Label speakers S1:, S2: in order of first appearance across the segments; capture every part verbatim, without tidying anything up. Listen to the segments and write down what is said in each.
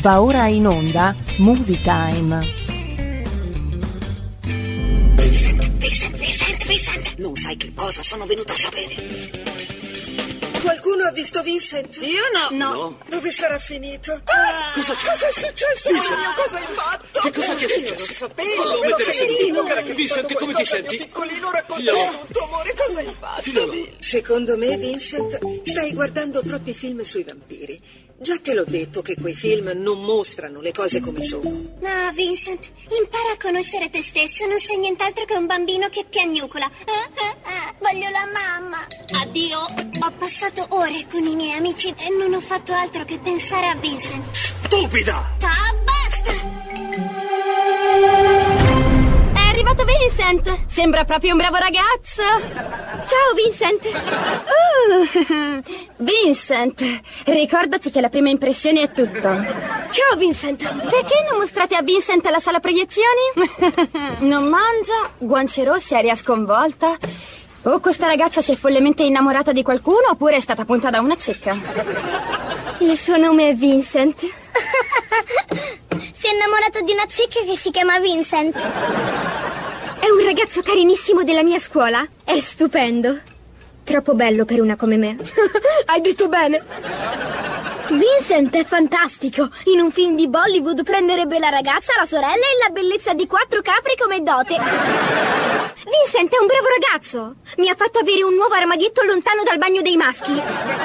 S1: Va ora in onda Movie Time.
S2: Vincent, Vincent, Vincent, Vincent! Non sai che cosa sono venuta a sapere.
S3: Qualcuno ha visto Vincent?
S2: Io no.
S3: No.
S2: no.
S3: Dove sarà finito? Ah,
S2: cosa c'è?
S3: Cosa è successo?
S2: Vincent.
S3: Io cosa hai fatto?
S2: Che cosa ti è
S3: Io
S2: successo?
S3: lo sapevo,
S2: Fallo
S3: me lo
S2: mettere
S3: sentivo.
S2: seduto.
S3: Era che
S2: Vincent, come ti senti?
S3: Piccolino, racconta
S2: Figliolo.
S3: tutto, amore, cosa hai fatto?
S2: Figliolo.
S3: Secondo me, Vincent, stai guardando troppi film sui vampiri. Già te l'ho detto che quei film non mostrano le cose come sono.
S4: No, Vincent, impara a conoscere te stesso. Non sei nient'altro che un bambino che piagnucola. Ah, ah, ah, voglio la mamma. Addio. Ho passato ore con i miei amici e non ho fatto altro che pensare a Vincent.
S2: Stupida!
S4: Ta, basta!
S5: È arrivato Vincent! Sembra proprio un bravo ragazzo! Ciao Vincent! Uh, Vincent, ricordati che la prima impressione è tutto. Ciao Vincent! Perché non mostrate a Vincent la sala proiezioni? Non mangia, guance rosse, aria sconvolta. O questa ragazza si è follemente innamorata di qualcuno oppure è stata punta da una zecca.
S4: Il suo nome è Vincent. Si è innamorato di una zecca che si chiama Vincent.
S5: È un ragazzo carinissimo della mia scuola. È stupendo. Troppo bello per una come me. Hai detto bene. Vincent è fantastico. In un film di Bollywood prenderebbe la ragazza, la sorella e la bellezza di quattro capri come dote. Vincent è un bravo ragazzo. Mi ha fatto avere un nuovo armadietto lontano dal bagno dei maschi.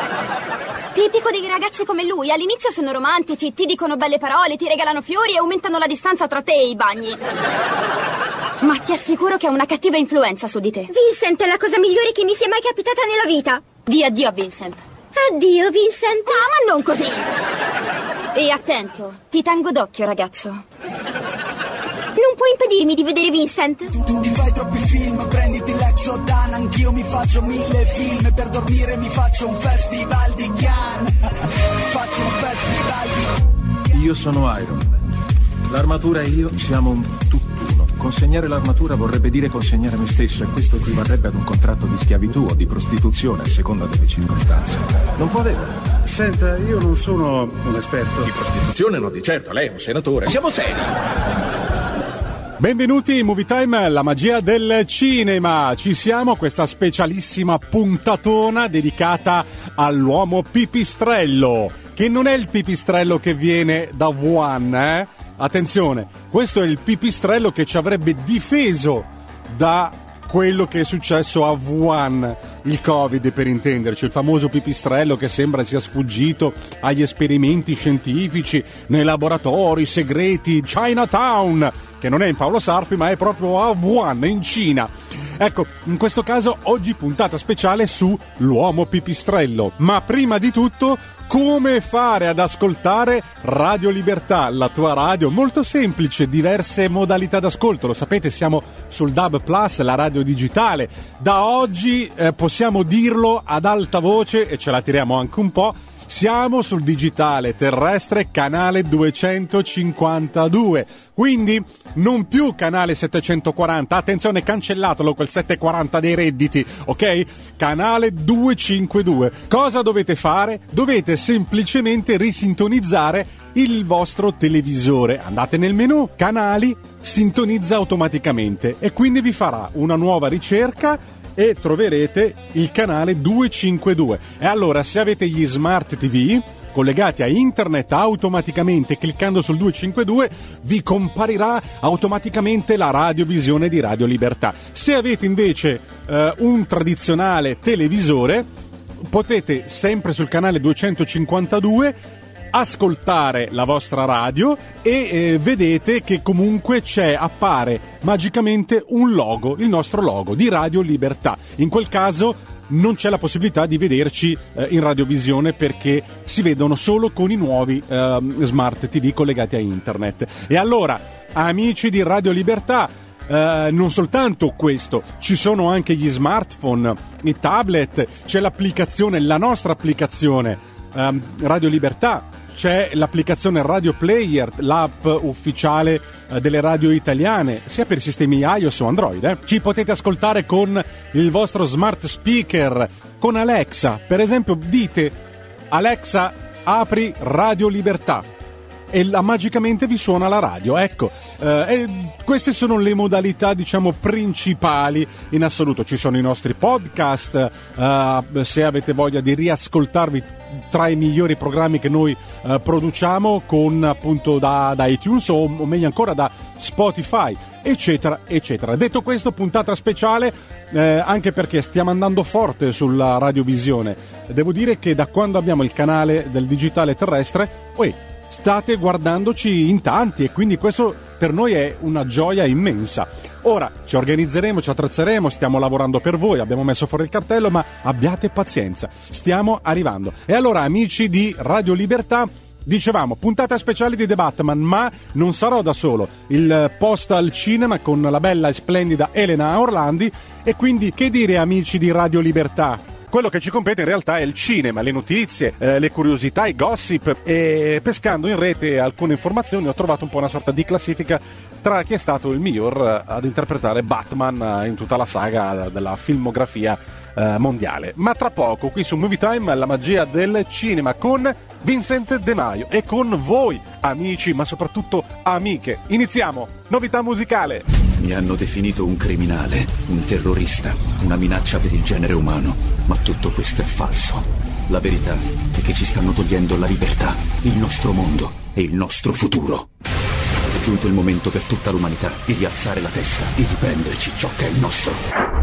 S5: Tipico dei ragazzi come lui. All'inizio sono romantici, ti dicono belle parole, ti regalano fiori e aumentano la distanza tra te e i bagni. Ma ti assicuro che ha una cattiva influenza su di te. Vincent è la cosa migliore che mi sia mai capitata nella vita. Di addio a Vincent. Addio, Vincent. Ah, ma non così. E attento, ti tengo d'occhio, ragazzo. Non puoi impedirmi di vedere Vincent.
S6: Tu ti fai troppi film, prenditi l'Exodan. Anch'io mi faccio mille film. Per dormire mi faccio un festival di Cannes. Faccio un festival di...
S7: Io sono Iron Man. L'armatura e io siamo un tutt'uno. Consegnare l'armatura vorrebbe dire consegnare me stesso, e questo equivarrebbe ad un contratto di schiavitù o di prostituzione a seconda delle circostanze. Non può averlo.
S8: Senta, io non sono un esperto.
S7: Di prostituzione no, di certo, lei è un senatore. Siamo seri.
S9: Benvenuti in Movie Time, la magia del cinema. Ci siamo, questa specialissima puntatona dedicata all'uomo pipistrello, che non è il pipistrello che viene da Wuhan, eh? Attenzione, questo è il pipistrello che ci avrebbe difeso da quello che è successo a Wuhan, il Covid per intenderci, il famoso pipistrello che sembra sia sfuggito agli esperimenti scientifici nei laboratori segreti Chinatown, che non è in Paolo Sarpi ma è proprio a Wuhan, in Cina. Ecco, in questo caso oggi puntata speciale su l'uomo pipistrello, ma prima di tutto come fare ad ascoltare Radio Libertà, la tua radio? Molto semplice, diverse modalità d'ascolto, lo sapete, siamo sul D A B Plus, la radio digitale. Da oggi eh, possiamo dirlo ad alta voce e ce la tiriamo anche un po'. Siamo sul digitale terrestre canale duecentocinquantadue, quindi non più canale settecentoquaranta, attenzione, cancellatelo quel settecentoquaranta dei redditi, ok? Canale duecentocinquantadue. Cosa dovete fare? Dovete semplicemente risintonizzare il vostro televisore. Andate nel menu, canali, sintonizza automaticamente e quindi vi farà una nuova ricerca e troverete il canale duecentocinquantadue. E allora, se avete gli smart T V collegati a internet, automaticamente cliccando sul duecentocinquantadue vi comparirà automaticamente la radiovisione di Radio Libertà. Se avete invece eh, un tradizionale televisore, potete sempre sul canale duecentocinquantadue ascoltare la vostra radio e eh, vedete che comunque c'è, appare magicamente un logo, il nostro logo di Radio Libertà. In quel caso non c'è la possibilità di vederci eh, in radiovisione, perché si vedono solo con i nuovi eh, smart T V collegati a internet. E allora, amici di Radio Libertà, eh, non soltanto questo, ci sono anche gli smartphone, i tablet, c'è l'applicazione, la nostra applicazione eh, Radio Libertà, c'è l'applicazione Radio Player, l'app ufficiale eh, delle radio italiane, sia per i sistemi iOS o Android. Eh. Ci potete ascoltare con il vostro smart speaker, con Alexa. Per esempio, dite: Alexa, apri Radio Libertà. e la, magicamente vi suona la radio. Ecco, eh, e queste sono le modalità, diciamo, principali in assoluto. Ci sono i nostri podcast, eh, se avete voglia di riascoltarvi tra i migliori programmi che noi eh, produciamo, con appunto da, da iTunes o, o meglio ancora da Spotify, eccetera eccetera. Detto questo, puntata speciale, eh, anche perché stiamo andando forte sulla radiovisione. Devo dire che da quando abbiamo il canale del digitale terrestre, poi state guardandoci in tanti, e quindi questo per noi è una gioia immensa. Ora ci organizzeremo, ci attrezzeremo, stiamo lavorando per voi, abbiamo messo fuori il cartello, ma abbiate pazienza, stiamo arrivando. E allora, amici di Radio Libertà, dicevamo, puntata speciale di The Batman, ma non sarò da solo. Il post al cinema con la bella e splendida Elena Orlandi, e quindi che dire, amici di Radio Libertà? Quello che ci compete in realtà è il cinema, le notizie, eh, le curiosità, i gossip, e pescando in rete alcune informazioni ho trovato un po' una sorta di classifica tra chi è stato il miglior ad interpretare Batman in tutta la saga della filmografia eh, mondiale. Ma tra poco, qui su Movie Time, la magia del cinema con Vincent De Maio e con voi, amici, ma soprattutto amiche. Iniziamo! Novità musicale!
S10: Mi hanno definito un criminale, un terrorista, una minaccia per il genere umano, ma tutto questo è falso. La verità è che ci stanno togliendo la libertà, il nostro mondo e il nostro futuro. È giunto il momento per tutta l'umanità di rialzare la testa e riprenderci ciò che è nostro.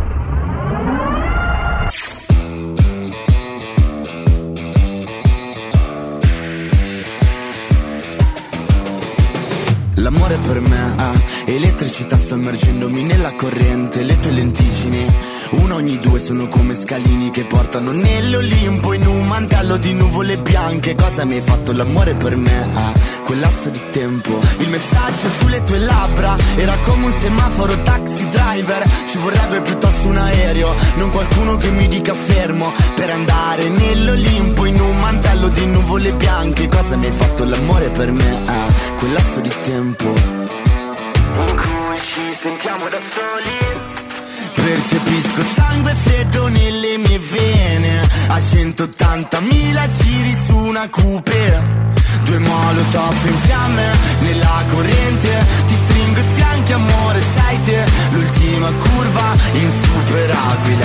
S11: L'amore per me ha elettricità, sto immergendomi nella corrente. Le tue lenticine, uno ogni due, sono come scalini che portano nell'Olimpo in un mantello di nuvole bianche. Cosa mi hai fatto? L'amore per me ha quel lasso di tempo. Il messaggio sulle tue labbra era come un semaforo taxi driver. Ci vorrebbe piuttosto un aereo, non qualcuno che mi dica fermo, per andare nell'Olimpo in un mantello di nuvole bianche. Cosa mi hai fatto? L'amore per me ha quel lasso di tempo in cui ci sentiamo da soli. Percepisco sangue freddo nelle mie vene, a centottantamila giri su una coupe. Due molotov in fiamme nella corrente, ti stringo i fianchi, amore, sei te l'ultima curva insuperabile.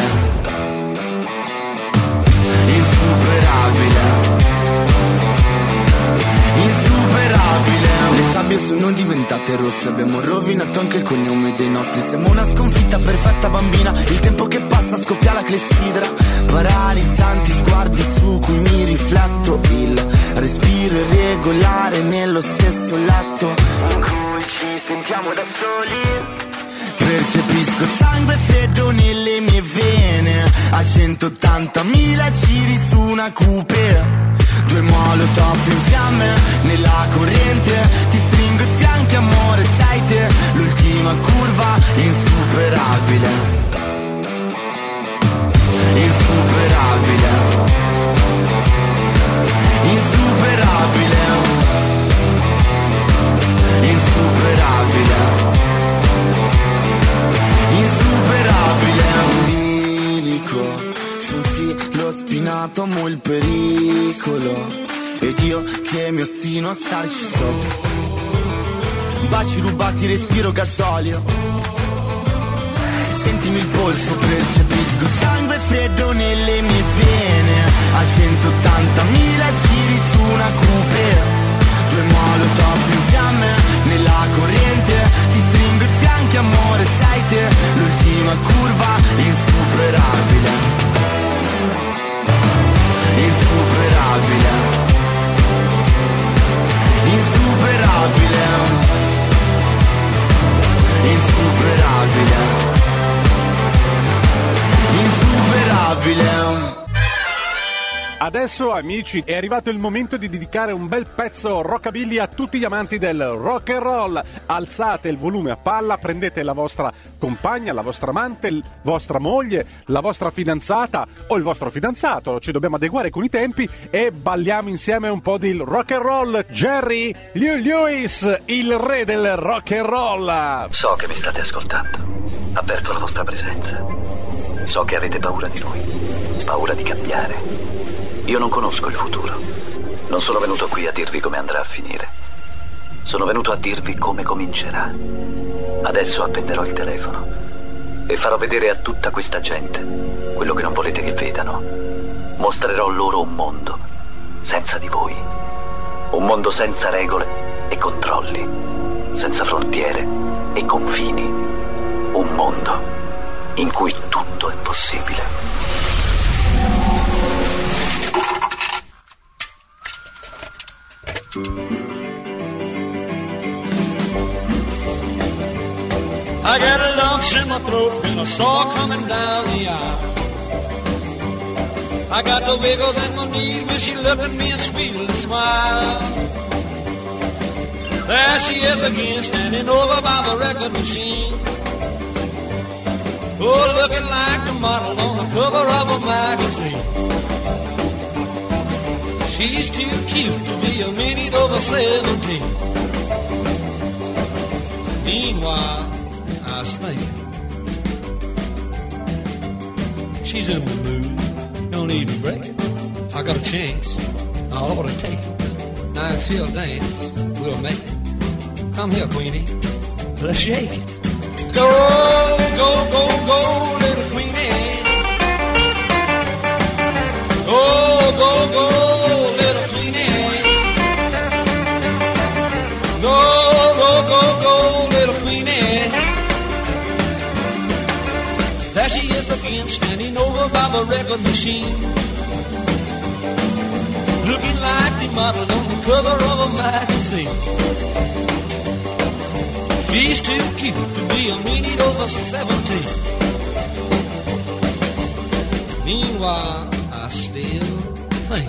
S11: Insuperabile. Insuperabile. Le sabbie sono diventate rosse, abbiamo rovinato anche il cognome dei nostri. Siamo una sconfitta perfetta, bambina. Il tempo che passa scoppia la clessidra. Paralizzanti sguardi su cui mi rifletto. Il respiro irregolare nello stesso letto in cui ci sentiamo da soli. Percepisco sangue freddo nelle mie vene, a centottantamila giri su una coupe. Due molotov in fiamme nella corrente, ti stringo i fianchi, amore, sei te l'ultima curva insuperabile. Insuperabile. Insuperabile. Insuperabile. Insuperabile. Un bilico su un filo spinato, amo il pericolo, ed io che mi ostino a starci sopra. Baci rubati, respiro gasolio. Sentimi il polso, percepisco sangue freddo nelle mie vene, a centottantamila giri su una coupe. Due molotov in fiamme nella corrente, ti stringo i fianchi, amore, sei te l'ultima curva insuperabile. Insuperabile. Insuperabile. Insuperabile. Insuperabile.
S9: Adesso, amici, è arrivato il momento di dedicare un bel pezzo rockabilly a tutti gli amanti del rock and roll. Alzate il volume a palla, prendete la vostra compagna, la vostra amante, la vostra moglie, la vostra fidanzata o il vostro fidanzato. Ci dobbiamo adeguare con i tempi e balliamo insieme un po' di rock and roll. Jerry Lee Lewis, il re del rock and roll.
S12: So che mi state ascoltando. Avverto la vostra presenza. So che avete paura di noi, paura di cambiare. Io non conosco il futuro. Non sono venuto qui a dirvi come andrà a finire. Sono venuto a dirvi come comincerà. Adesso appenderò il telefono e farò vedere a tutta questa gente quello che non volete che vedano. Mostrerò loro un mondo senza di voi. Un mondo senza regole e controlli, senza frontiere e confini. Un mondo in cui tutto è possibile.
S13: I got a lump in my throat and a saw coming down the aisle. I got the wiggles in my knees when she looked at me and sweetly smiled. There she is again, standing over by the record machine. Oh, looking like the model on the cover of a magazine. She's too cute to be a minute over seventeen. Meanwhile, I was thinking, she's in the mood, don't need a break. I got a chance, I ought to take it. Now if she'll dance, we'll make it. Come here, Queenie, let's shake it. Go, go, go, go, little Queenie. Go, go, go, little Queenie. Go, go, go, go, little Queenie. There she is again, standing over by the record machine. Looking like the model on the cover of a magazine. She's too cute to be a minute over seventeen. Meanwhile, I still think,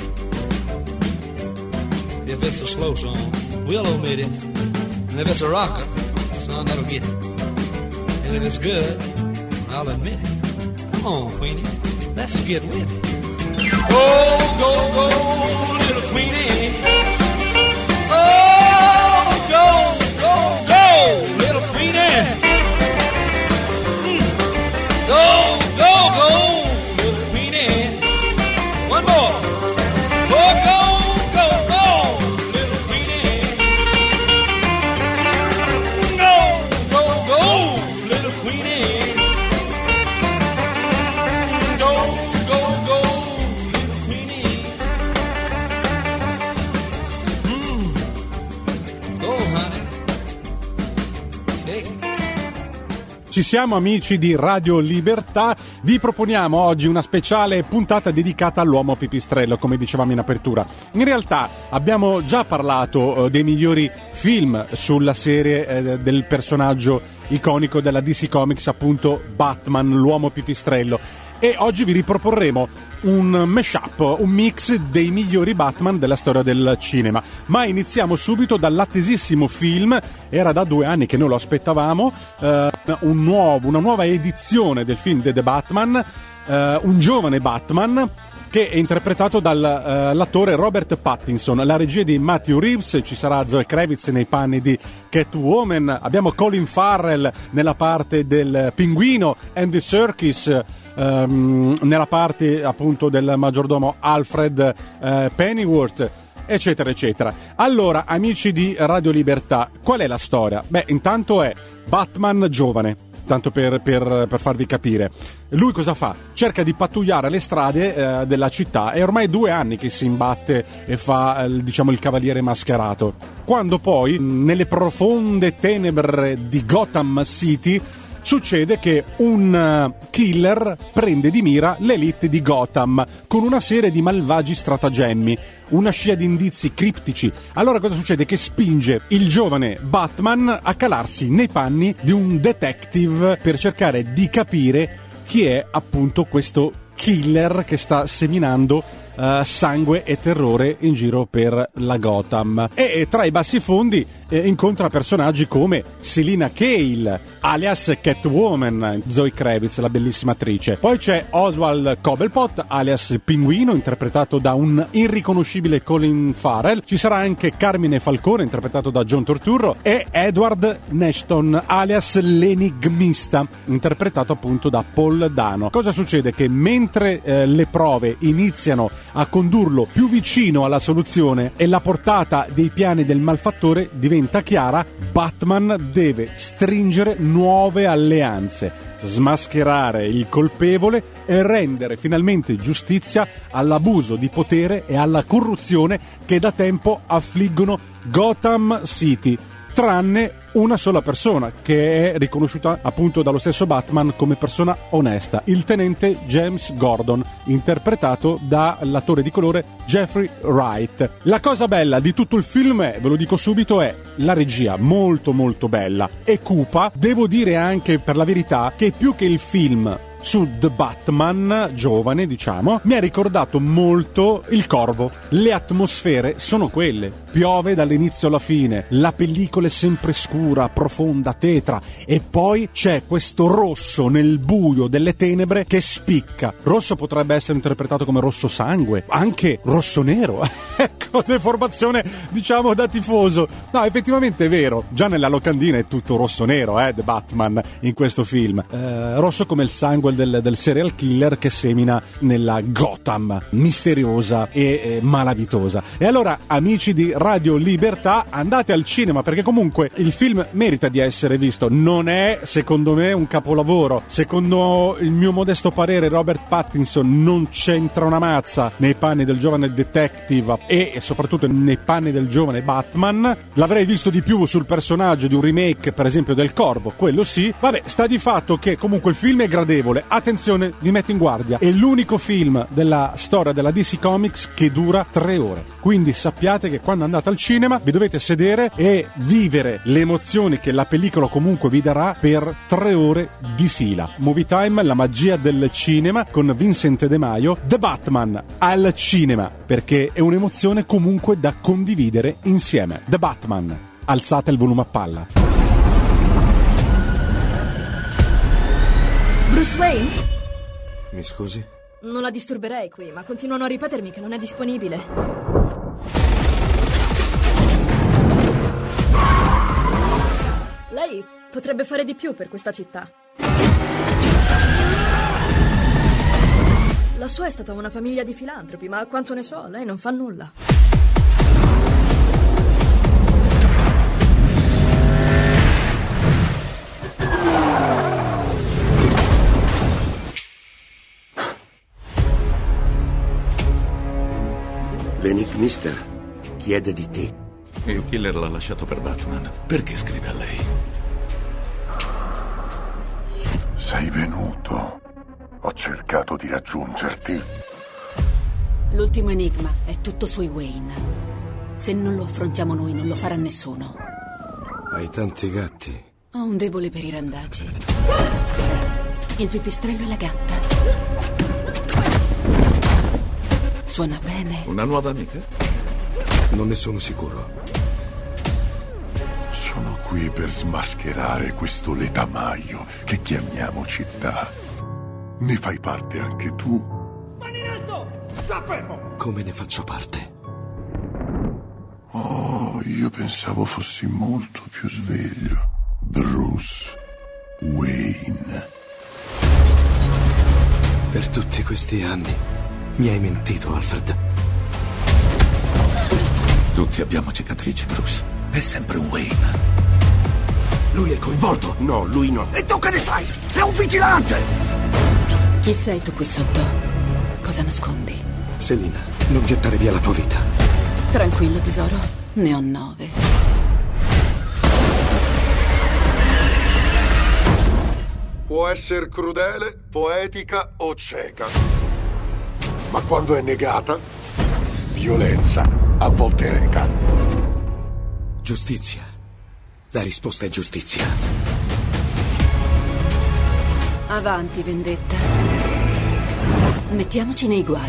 S13: if it's a slow song, we'll omit it. And if it's a rocker, son, that'll get it. And if it's good, I'll admit it. Come on, Queenie, let's get with it. Go, go, go, little Queenie. Oh, go, go, go, little Queenie. Go, go, go, little Queenie. One more. Go, go, go, go, little Queenie. Go, go, go, little Queenie. Go, go, go, little Queenie. Mm. Go, honey. Hey.
S9: Ci siamo, amici di Radio Libertà, vi proponiamo oggi una speciale puntata dedicata all'uomo pipistrello, come dicevamo in apertura. In realtà abbiamo già parlato eh, dei migliori film sulla serie eh, del personaggio iconico della D C Comics, appunto Batman, l'uomo pipistrello, e oggi vi riproporremo un mashup, un mix dei migliori Batman della storia del cinema. Ma iniziamo subito dall'attesissimo film, era da due anni che noi lo aspettavamo, eh, un nuovo, una nuova edizione del film The Batman, eh, un giovane Batman che è interpretato dall'attore uh, Robert Pattinson. La regia di Matthew Reeves, ci sarà Zoe Kravitz nei panni di Catwoman, abbiamo Colin Farrell nella parte del pinguino, Andy Serkis um, nella parte appunto del maggiordomo Alfred uh, Pennyworth, eccetera eccetera. Allora, amici di Radio Libertà, qual è la storia? Beh, intanto è Batman giovane, tanto per, per, per farvi capire. Lui cosa fa? Cerca di pattugliare le strade eh, della città, è ormai due anni che si imbatte e fa eh, diciamo il cavaliere mascherato, quando poi nelle profonde tenebre di Gotham City succede che un killer prende di mira l'elite di Gotham con una serie di malvagi stratagemmi, una scia di indizi criptici. Allora cosa succede? Che spinge il giovane Batman a calarsi nei panni di un detective per cercare di capire chi è appunto questo killer che sta seminando uh, sangue e terrore in giro per la Gotham. E, e tra i bassi fondi eh, incontra personaggi come Selina Kyle, alias Catwoman, Zoe Kravitz, la bellissima attrice. Poi c'è Oswald Cobblepot, alias il Pinguino, interpretato da un irriconoscibile Colin Farrell. Ci sarà anche Carmine Falcone, interpretato da John Turturro, e Edward Nashton, alias l'Enigmista, interpretato appunto da Paul Dano. Cosa succede? Che mentre eh, le prove iniziano a condurlo più vicino alla soluzione e la portata dei piani del malfattore diventa chiara, Batman deve stringere nuove alleanze, smascherare il colpevole e rendere finalmente giustizia all'abuso di potere e alla corruzione che da tempo affliggono Gotham City, tranne una sola persona che è riconosciuta appunto dallo stesso Batman come persona onesta, il tenente James Gordon, interpretato dall'attore di colore Jeffrey Wright. La cosa bella di tutto il film, è, ve lo dico subito, è la regia, molto molto bella e cupa. Devo dire anche per la verità che più che il film su The Batman giovane, diciamo, mi ha ricordato molto Il Corvo. Le atmosfere sono quelle, piove dall'inizio alla fine, la pellicola è sempre scura, profonda, tetra, e poi c'è questo rosso nel buio delle tenebre che spicca. Rosso potrebbe essere interpretato come rosso sangue, anche rosso nero. Ecco, deformazione diciamo da tifoso. No, effettivamente è vero, già nella locandina è tutto rosso nero, eh, The Batman in questo film, eh, rosso come il sangue Del, del serial killer che semina nella Gotham misteriosa e eh, malavitosa. E allora, amici di Radio Libertà, andate al cinema, perché comunque il film merita di essere visto. Non è, secondo me, un capolavoro. Secondo il mio modesto parere, Robert Pattinson non c'entra una mazza nei panni del giovane detective e, e soprattutto nei panni del giovane Batman. L'avrei visto di più sul personaggio di un remake, per esempio, del Corvo, quello sì. Vabbè, sta di fatto che comunque il film è gradevole. Attenzione, vi metto in guardia, è l'unico film della storia della D C Comics che dura tre ore, quindi sappiate che quando andate al cinema vi dovete sedere e vivere le emozioni che la pellicola comunque vi darà per tre ore di fila. Movie Time, la magia del cinema, con Vincent De Maio. The Batman al cinema, perché è un'emozione comunque da condividere insieme. The Batman, alzate il volume a palla.
S14: Bruce Wayne?
S15: Mi scusi?
S14: Non la disturberei qui, ma continuano a ripetermi che non è disponibile. Lei potrebbe fare di più per questa città. La sua è stata una famiglia di filantropi, ma a quanto ne so, lei non fa nulla.
S16: L'enigmista chiede di te.
S10: Il killer l'ha lasciato per Batman. Perché scrive a lei?
S17: Sei venuto. Ho cercato di raggiungerti.
S2: L'ultimo enigma è tutto sui Wayne. Se non lo affrontiamo noi, non lo farà nessuno.
S15: Hai tanti gatti.
S2: Ho un debole per i randaggi. Il pipistrello e la gatta. Suona bene.
S10: Una nuova amica?
S15: Non ne sono sicuro.
S17: Sono qui per smascherare questo letamaio che chiamiamo città. Ne fai parte anche tu?
S6: Mani in alto! Sta fermo!
S15: Come ne faccio parte?
S17: Oh, io pensavo fossi molto più sveglio. Bruce Wayne.
S15: Per tutti questi anni mi hai mentito, Alfred.
S10: Tutti abbiamo cicatrici, Bruce. È sempre un Wayne.
S16: Lui è coinvolto? No, lui no.
S6: E tu che ne sai? È un vigilante!
S2: Chi sei tu qui sotto? Cosa nascondi?
S15: Selina, non gettare via la tua vita.
S2: Tranquillo, tesoro. Ne ho nove.
S17: Può essere crudele, poetica o cieca. Ma quando è negata, violenza a volte reca.
S15: Giustizia. La risposta è giustizia.
S2: Avanti, vendetta. Mettiamoci nei guai.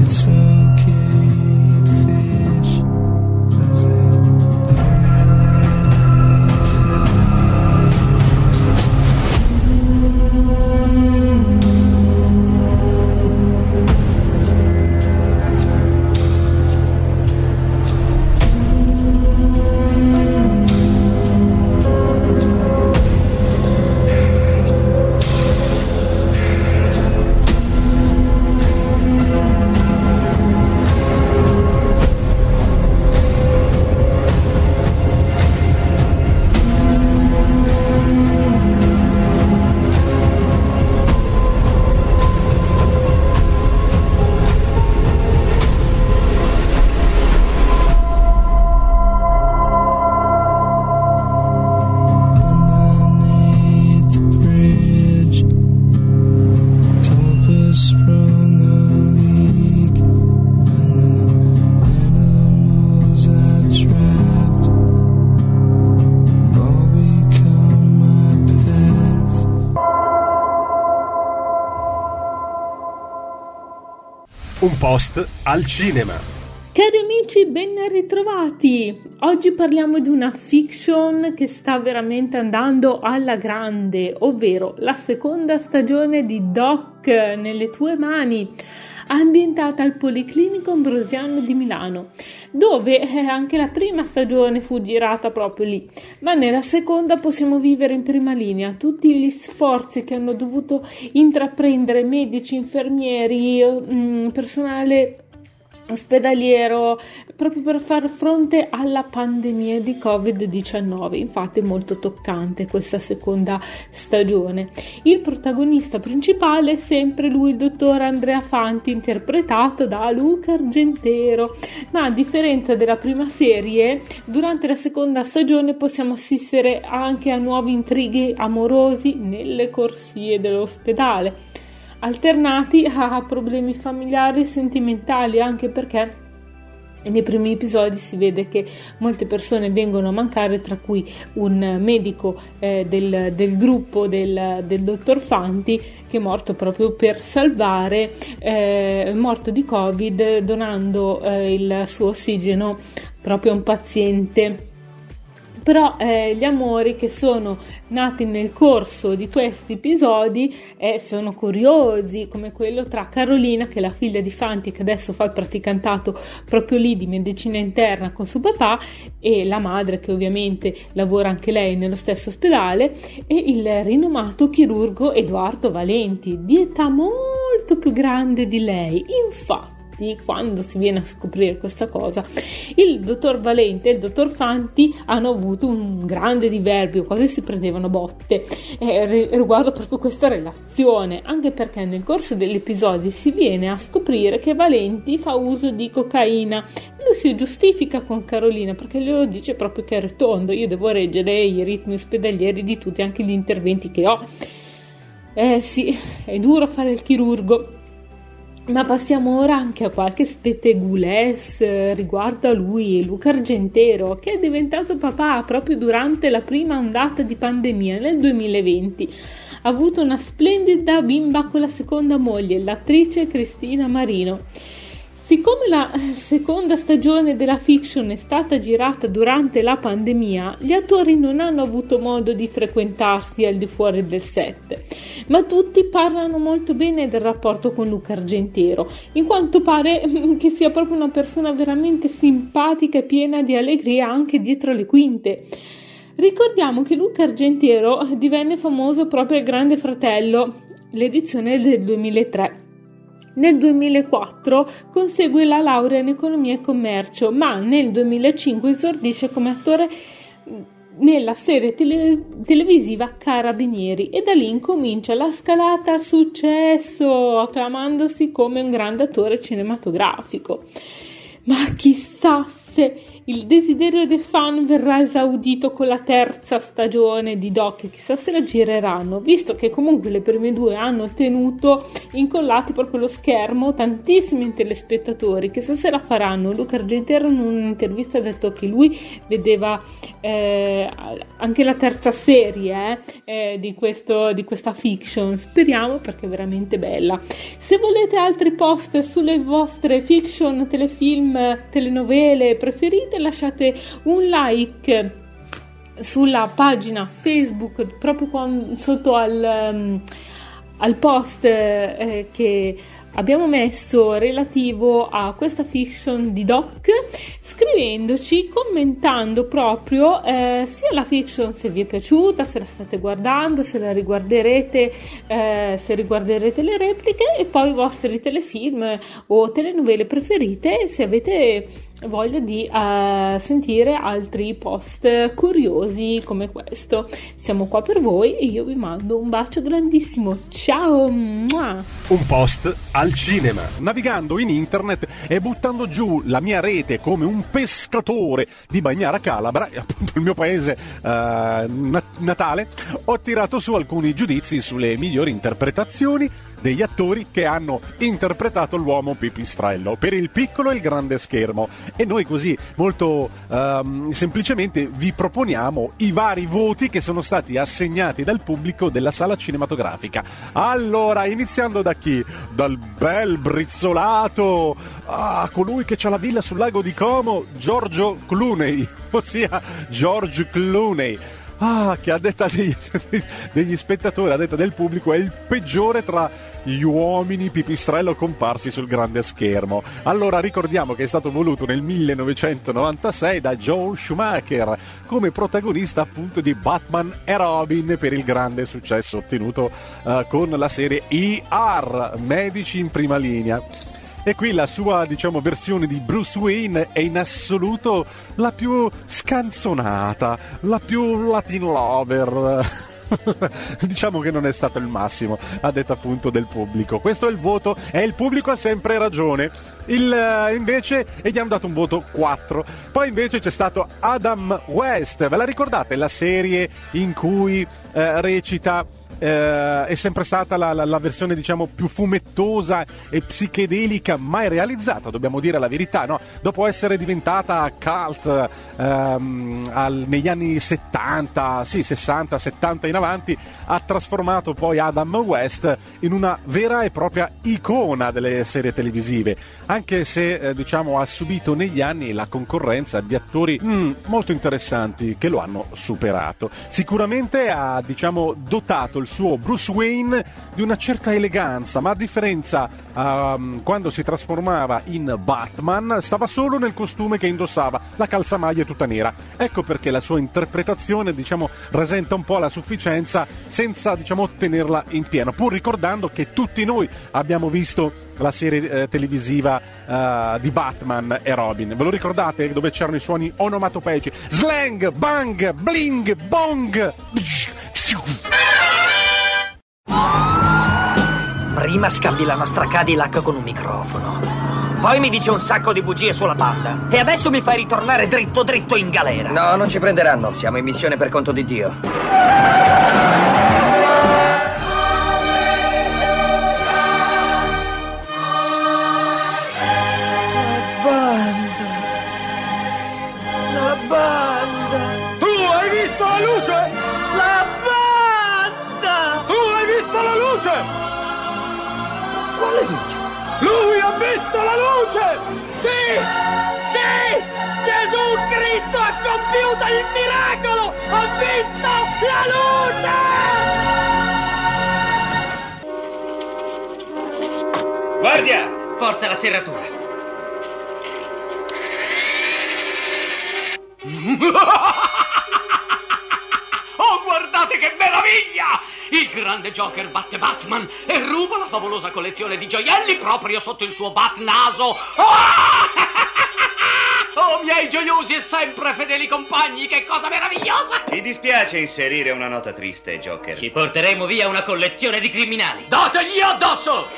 S18: Un post al cinema.
S19: Cari amici, ben ritrovati! Oggi parliamo di una fiction che sta veramente andando alla grande, ovvero la seconda stagione di Doc, Nelle tue mani, ambientata al Policlinico Ambrosiano di Milano, dove anche la prima stagione fu girata proprio lì, ma nella seconda possiamo vivere in prima linea tutti gli sforzi che hanno dovuto intraprendere medici, infermieri, personale ospedaliero proprio per far fronte alla pandemia di covid diciannove. Infatti è molto toccante questa seconda stagione. Il protagonista principale è sempre lui, il dottor Andrea Fanti, interpretato da Luca Argentero, ma a differenza della prima serie, durante la seconda stagione possiamo assistere anche a nuovi intrighi amorosi nelle corsie dell'ospedale, alternati a problemi familiari e sentimentali, anche perché nei primi episodi si vede che molte persone vengono a mancare, tra cui un medico eh, del, del gruppo del, del dottor Fanti, che è morto proprio per salvare, eh, morto di Covid, donando eh, il suo ossigeno proprio a un paziente. Però eh, gli amori che sono nati nel corso di questi episodi eh, sono curiosi, come quello tra Carolina, che è la figlia di Fanti, che adesso fa il praticantato proprio lì di medicina interna con suo papà, e la madre, che ovviamente lavora anche lei nello stesso ospedale, e il rinomato chirurgo Edoardo Valenti, di età molto più grande di lei. Infatti, quando si viene a scoprire questa cosa, il dottor Valente e il dottor Fanti hanno avuto un grande diverbio, quasi si prendevano botte eh, riguardo proprio questa relazione, anche perché nel corso degli episodi si viene a scoprire che Valenti fa uso di cocaina. Lui si giustifica con Carolina perché glielo dice proprio che è tondo: io devo reggere i ritmi ospedalieri di tutti, anche gli interventi che ho. Eh sì, è duro fare il chirurgo. Ma passiamo ora anche a qualche spettegulesse riguardo a lui, Luca Argentero, che è diventato papà proprio durante la prima ondata di pandemia nel duemilaventi. Ha avuto una splendida bimba con la seconda moglie, l'attrice Cristina Marino. Siccome la seconda stagione della fiction è stata girata durante la pandemia, gli attori non hanno avuto modo di frequentarsi al di fuori del set, ma tutti parlano molto bene del rapporto con Luca Argentero, in quanto pare che sia proprio una persona veramente simpatica e piena di allegria anche dietro le quinte. Ricordiamo che Luca Argentero divenne famoso proprio al Grande Fratello, l'edizione del duemilatré. Nel duemilaquattro consegue la laurea in economia e commercio, ma nel duemilacinque esordisce come attore nella serie tele- televisiva Carabinieri, e da lì incomincia la scalata al successo, acclamandosi come un grande attore cinematografico. Ma chissà forse il desiderio dei fan verrà esaudito con la terza stagione di Doc, chissà se la gireranno, visto che comunque le prime due hanno tenuto incollati proprio lo schermo tantissimi telespettatori. Chissà se la faranno. Luca Argentero in un'intervista ha detto che lui vedeva eh, anche la terza serie eh, eh, di, questo, di questa fiction. Speriamo, perché è veramente bella. Se volete altri post sulle vostre fiction, telefilm, telenovele preferite, lasciate un like sulla pagina Facebook proprio quando, sotto al, um, al post eh, che abbiamo messo relativo a questa fiction di Doc, scrivendoci, commentando proprio eh, sia la fiction, se vi è piaciuta, se la state guardando, se la riguarderete, eh, se riguarderete le repliche, e poi i vostri telefilm o telenovele preferite, se avete voglia di uh, sentire altri post curiosi come questo. Siamo qua per voi e io vi mando un bacio grandissimo. Ciao! Mua.
S18: Un post al cinema.
S9: Navigando in internet e buttando giù la mia rete come un pescatore di Bagnara Calabra, appunto il mio paese uh, natale, ho tirato su alcuni giudizi sulle migliori interpretazioni degli attori che hanno interpretato l'uomo pipistrello per il piccolo e il grande schermo, e noi così molto um, semplicemente vi proponiamo i vari voti che sono stati assegnati dal pubblico della sala cinematografica. Allora, iniziando da chi? Dal bel brizzolato, ah, colui che c'ha la villa sul lago di Como, Giorgio Clooney, ossia George Clooney. Ah, che a detta degli, degli spettatori, a detta del pubblico, è il peggiore tra gli uomini pipistrello comparsi sul grande schermo. Allora, ricordiamo che è stato voluto nel millenovecentonovantasei da Joel Schumacher come protagonista appunto di Batman e Robin, per il grande successo ottenuto uh, con la serie E R, Medici in prima linea. E qui la sua, diciamo, versione di Bruce Wayne è in assoluto la più scanzonata, la più Latin lover. Diciamo che non è stato il massimo, a detta appunto del pubblico. Questo è il voto, e il pubblico ha sempre ragione. Il, invece, e gli hanno dato un voto quattro. Poi invece c'è stato Adam West. Ve la ricordate? La serie in cui eh, recita... Eh, è sempre stata la, la, la versione, diciamo, più fumettosa e psichedelica mai realizzata, dobbiamo dire la verità, no? Dopo essere diventata cult ehm, al, negli anni settanta, sì, sessanta, settanta in avanti, ha trasformato poi Adam West in una vera e propria icona delle serie televisive, anche se eh, diciamo ha subito negli anni la concorrenza di attori mm, molto interessanti che lo hanno superato. Sicuramente ha, diciamo, dotato il suo Bruce Wayne di una certa eleganza, ma a differenza um, quando si trasformava in Batman stava solo nel costume che indossava, la calzamaglia tutta nera. Ecco perché la sua interpretazione, diciamo, rasenta un po' la sufficienza senza, diciamo, ottenerla in pieno, pur ricordando che tutti noi abbiamo visto la serie eh, televisiva uh, di Batman e Robin. Ve lo ricordate? Dove c'erano i suoni onomatopeici: slang, bang, bling, bong.
S20: Prima scambi la nostra Cadillac con un microfono, poi mi dici un sacco di bugie sulla banda, e adesso mi fai ritornare dritto dritto in galera.
S21: No, non ci prenderanno, siamo in missione per conto di Dio.
S20: La banda! Tu hai visto la luce? La banda! Tu hai visto la luce? Quale luce? Lui ha visto la luce! Sì! Sì! Gesù Cristo ha compiuto il miracolo! Ha visto la luce!
S22: Guardia! Forza la serratura!
S23: Oh, guardate che meraviglia! Il grande Joker batte Batman e ruba la favolosa collezione di gioielli proprio sotto il suo Batnaso. Oh! Oh, miei gioiosi e sempre fedeli compagni, che cosa meravigliosa!
S22: Ci dispiace inserire una nota triste, Joker. Ci porteremo via una collezione di criminali.
S23: Dategli addosso!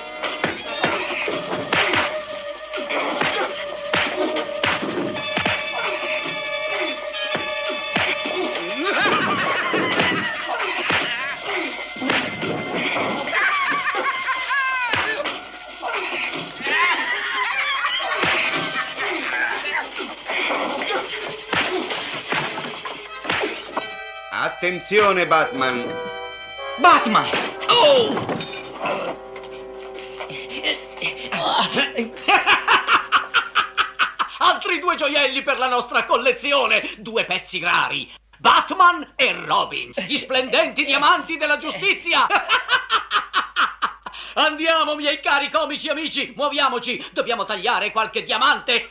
S1: Attenzione, Batman.
S23: Batman! Oh! Altri due gioielli per la nostra collezione, due pezzi rari. Batman e Robin, gli splendenti diamanti della giustizia. Andiamo, miei cari comici amici, muoviamoci, dobbiamo tagliare qualche diamante.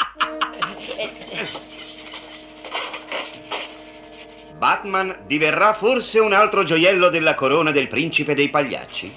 S1: Batman diverrà forse un altro gioiello della corona del principe dei pagliacci.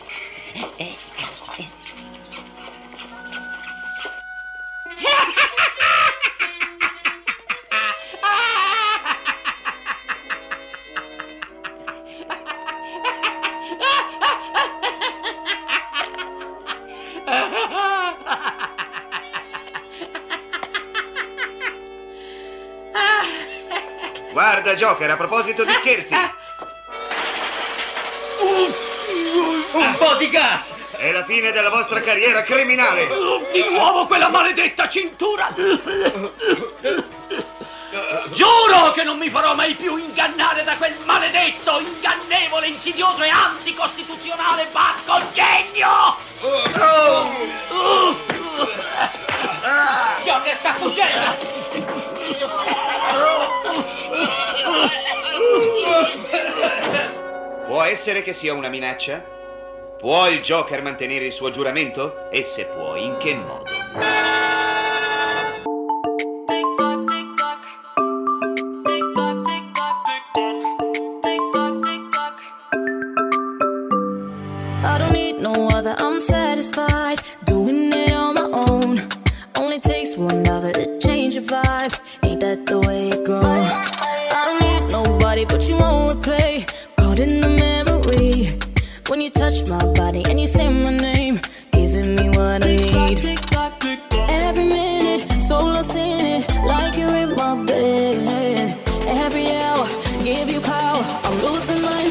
S1: Guarda, Joker, a proposito di scherzi.
S23: Un po' di gas!
S1: È la fine della vostra carriera criminale!
S23: Di nuovo quella maledetta cintura! Giuro che non mi farò mai più ingannare da quel maledetto, ingannevole, insidioso e anticostituzionale Batcongegno! Joker sta fuggendo!
S1: Può essere che sia una minaccia? Può il Joker mantenere il suo giuramento? E se può, in che modo?
S3: I don't need no other, I'm satisfied doing it on my own. Only takes one lover to change your vibe. Ain't that the way it goes? I don't need nobody but you won't replay. Caught in the memory when you touch my body and you say my name, giving me what I need. Every minute, so lost in it, like you're in my bed. Every hour, give you power, I'm losing my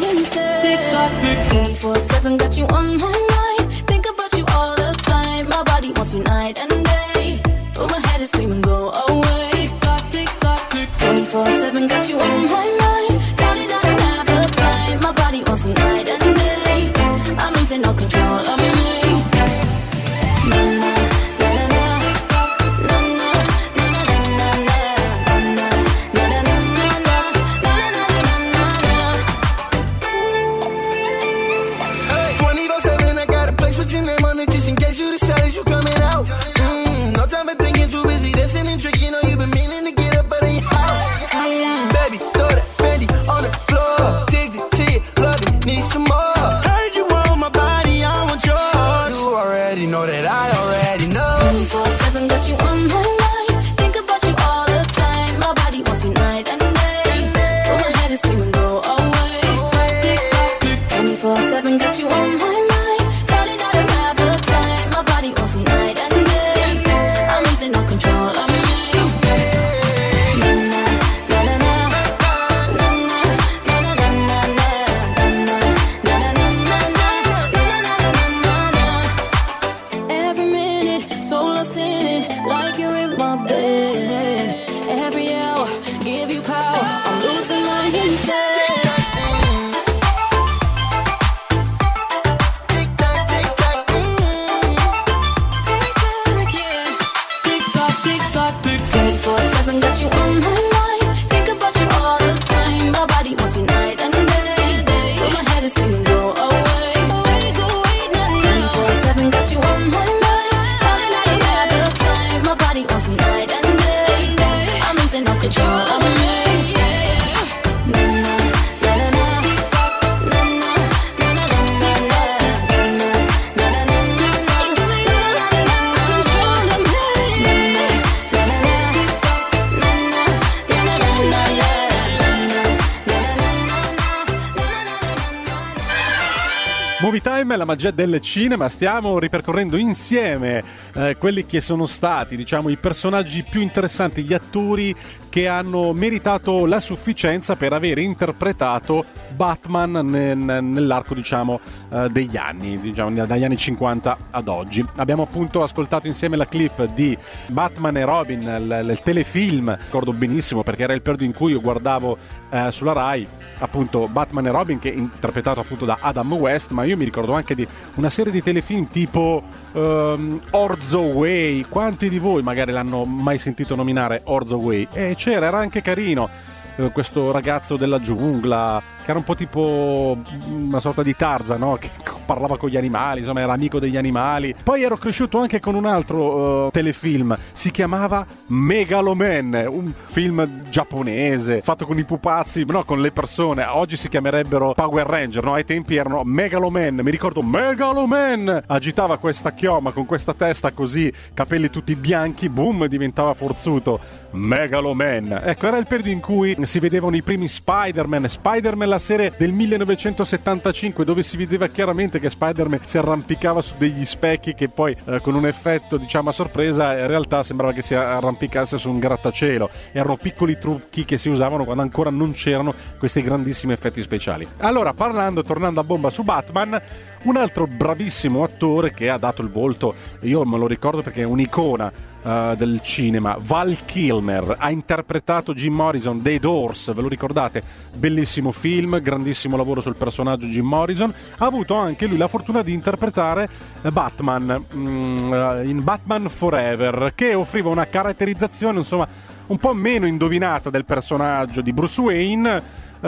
S3: instead. twenty-four seven, got you on my mind. Think about you all the time. My body wants you night and day, but my head is screaming, go away. twenty-four seven, got you on my mind. Darling, I don't have the time. My body wants you night and day. I'm losing all control of me. Night and
S9: Time, la magia del cinema. Stiamo ripercorrendo insieme eh, quelli che sono stati, diciamo, i personaggi più interessanti, gli attori che hanno meritato la sufficienza per aver interpretato Batman nel, nell'arco, diciamo, eh, degli anni, diciamo, dagli anni cinquanta ad oggi. Abbiamo appunto ascoltato insieme la clip di Batman e Robin, il, il telefilm, ricordo benissimo perché era il periodo in cui io guardavo eh, sulla Rai appunto Batman e Robin, che è interpretato appunto da Adam West, ma io mi ricordo anche di una serie di telefilm tipo um, Orzo Way. Quanti di voi magari l'hanno mai sentito nominare Orzo Way? E c'era, era anche carino eh, questo ragazzo della giungla che era un po' tipo una sorta di Tarzan, no? Che parlava con gli animali, insomma era amico degli animali. Poi ero cresciuto anche con un altro uh, telefilm, si chiamava Megaloman, un film giapponese fatto con i pupazzi, no, con le persone. Oggi si chiamerebbero Power Ranger, no? Ai tempi erano Megaloman. Mi ricordo Megaloman agitava questa chioma con questa testa così, capelli tutti bianchi, boom, diventava forzuto. Megaloman. Ecco, era il periodo in cui si vedevano i primi Spider-Man, Spider-Man la serie del millenovecentosettantacinque, dove si vedeva chiaramente che Spider-Man si arrampicava su degli specchi che poi eh, con un effetto, diciamo, a sorpresa, in realtà sembrava che si arrampicasse su un grattacielo. Erano piccoli trucchi che si usavano quando ancora non c'erano questi grandissimi effetti speciali. Allora, parlando, tornando a bomba su Batman, un altro bravissimo attore che ha dato il volto, io me lo ricordo perché è un'icona Uh, del cinema, Val Kilmer, ha interpretato Jim Morrison dei Doors, ve lo ricordate? Bellissimo film, grandissimo lavoro sul personaggio Jim Morrison. Ha avuto anche lui la fortuna di interpretare Batman mm, in Batman Forever, che offriva una caratterizzazione, insomma, un po' meno indovinata del personaggio di Bruce Wayne, uh,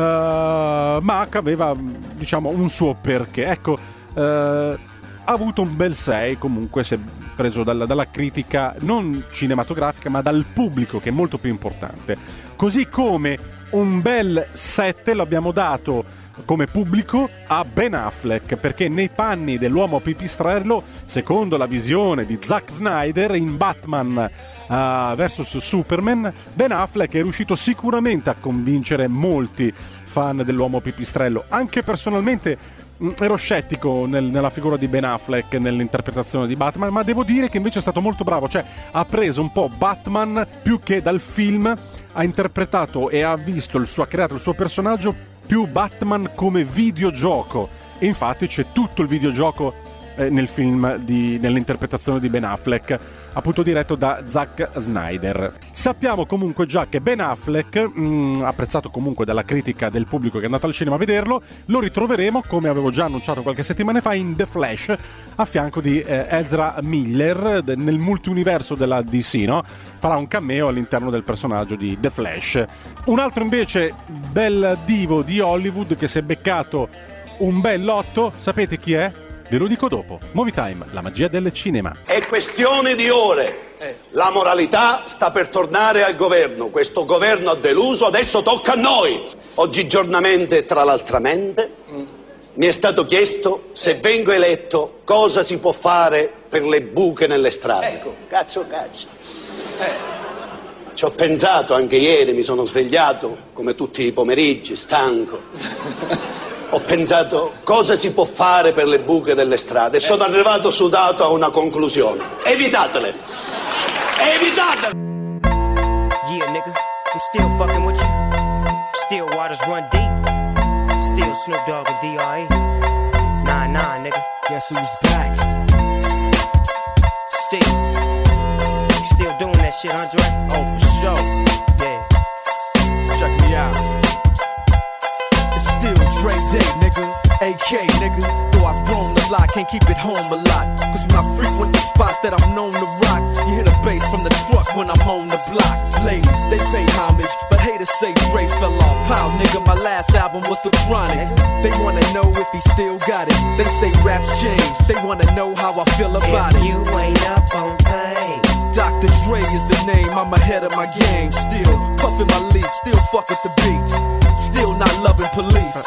S9: ma che aveva, diciamo, un suo perché. Ecco, uh, ha avuto un bel sei comunque, se preso dalla, dalla critica non cinematografica ma dal pubblico, che è molto più importante. Così come un bel sette lo abbiamo dato come pubblico a Ben Affleck, perché nei panni dell'uomo pipistrello, secondo la visione di Zack Snyder in Batman uh, versus Superman, Ben Affleck è riuscito sicuramente a convincere molti fan dell'uomo pipistrello. Anche personalmente ero scettico nel, nella figura di Ben Affleck nell'interpretazione di Batman, ma devo dire che invece è stato molto bravo, cioè ha preso un po' Batman più che dal film, ha interpretato e ha visto il suo, ha creato il suo personaggio più Batman come videogioco, e infatti c'è tutto il videogioco eh, nel film di, nell'interpretazione di Ben Affleck, appunto diretto da Zack Snyder. Sappiamo comunque già che Ben Affleck, mh, apprezzato comunque dalla critica del pubblico che è andato al cinema a vederlo, lo ritroveremo, come avevo già annunciato qualche settimana fa, in The Flash, a fianco di eh, Ezra Miller, de- nel multiuniverso della D C, no? Farà un cameo all'interno del personaggio di The Flash. Un altro invece bel divo di Hollywood che si è beccato un bel lotto, sapete chi è? Ve lo dico dopo. Movie Time, la magia del cinema.
S4: È questione di ore. La moralità sta per tornare al governo. Questo governo ha deluso, adesso tocca a noi. Oggigiornamente, tra l'altramente, mm. mi è stato chiesto se vengo eletto cosa si può fare per le buche nelle strade.
S20: Ecco.
S4: Cazzo, cazzo. Eh. Ci ho pensato anche ieri, mi sono svegliato come tutti i pomeriggi, stanco. Ho pensato cosa si può fare per le buche delle strade e sono arrivato sudato a una conclusione. Evitatele! Evitatele!
S5: Yeah, nigga, I'm still fucking with you. Still waters run deep. Still Snoop Dogg and D R E. Nah, nah, nigga. Guess who's back? Still. You still doing that shit, Andre?
S8: Oh, for sure.
S5: Yeah.
S8: Check me out. Still Dre Day, nigga, A K, nigga. Though I've grown a lot, can't keep it home a lot. Cause when I frequent the spots that I'm known to rock, you hear the bass from the truck when I'm on the block. Ladies, they pay homage, but haters say Dre fell off. How, nigga, my last album was The Chronic. They wanna know if he still got it. They say raps change, they wanna know how I feel about
S5: if
S8: it.
S5: You ain't up on things.
S8: Doctor Dre is the name, I'm ahead of my game. Still puffin' my leaf, still fuck with the beats. Still not loving police.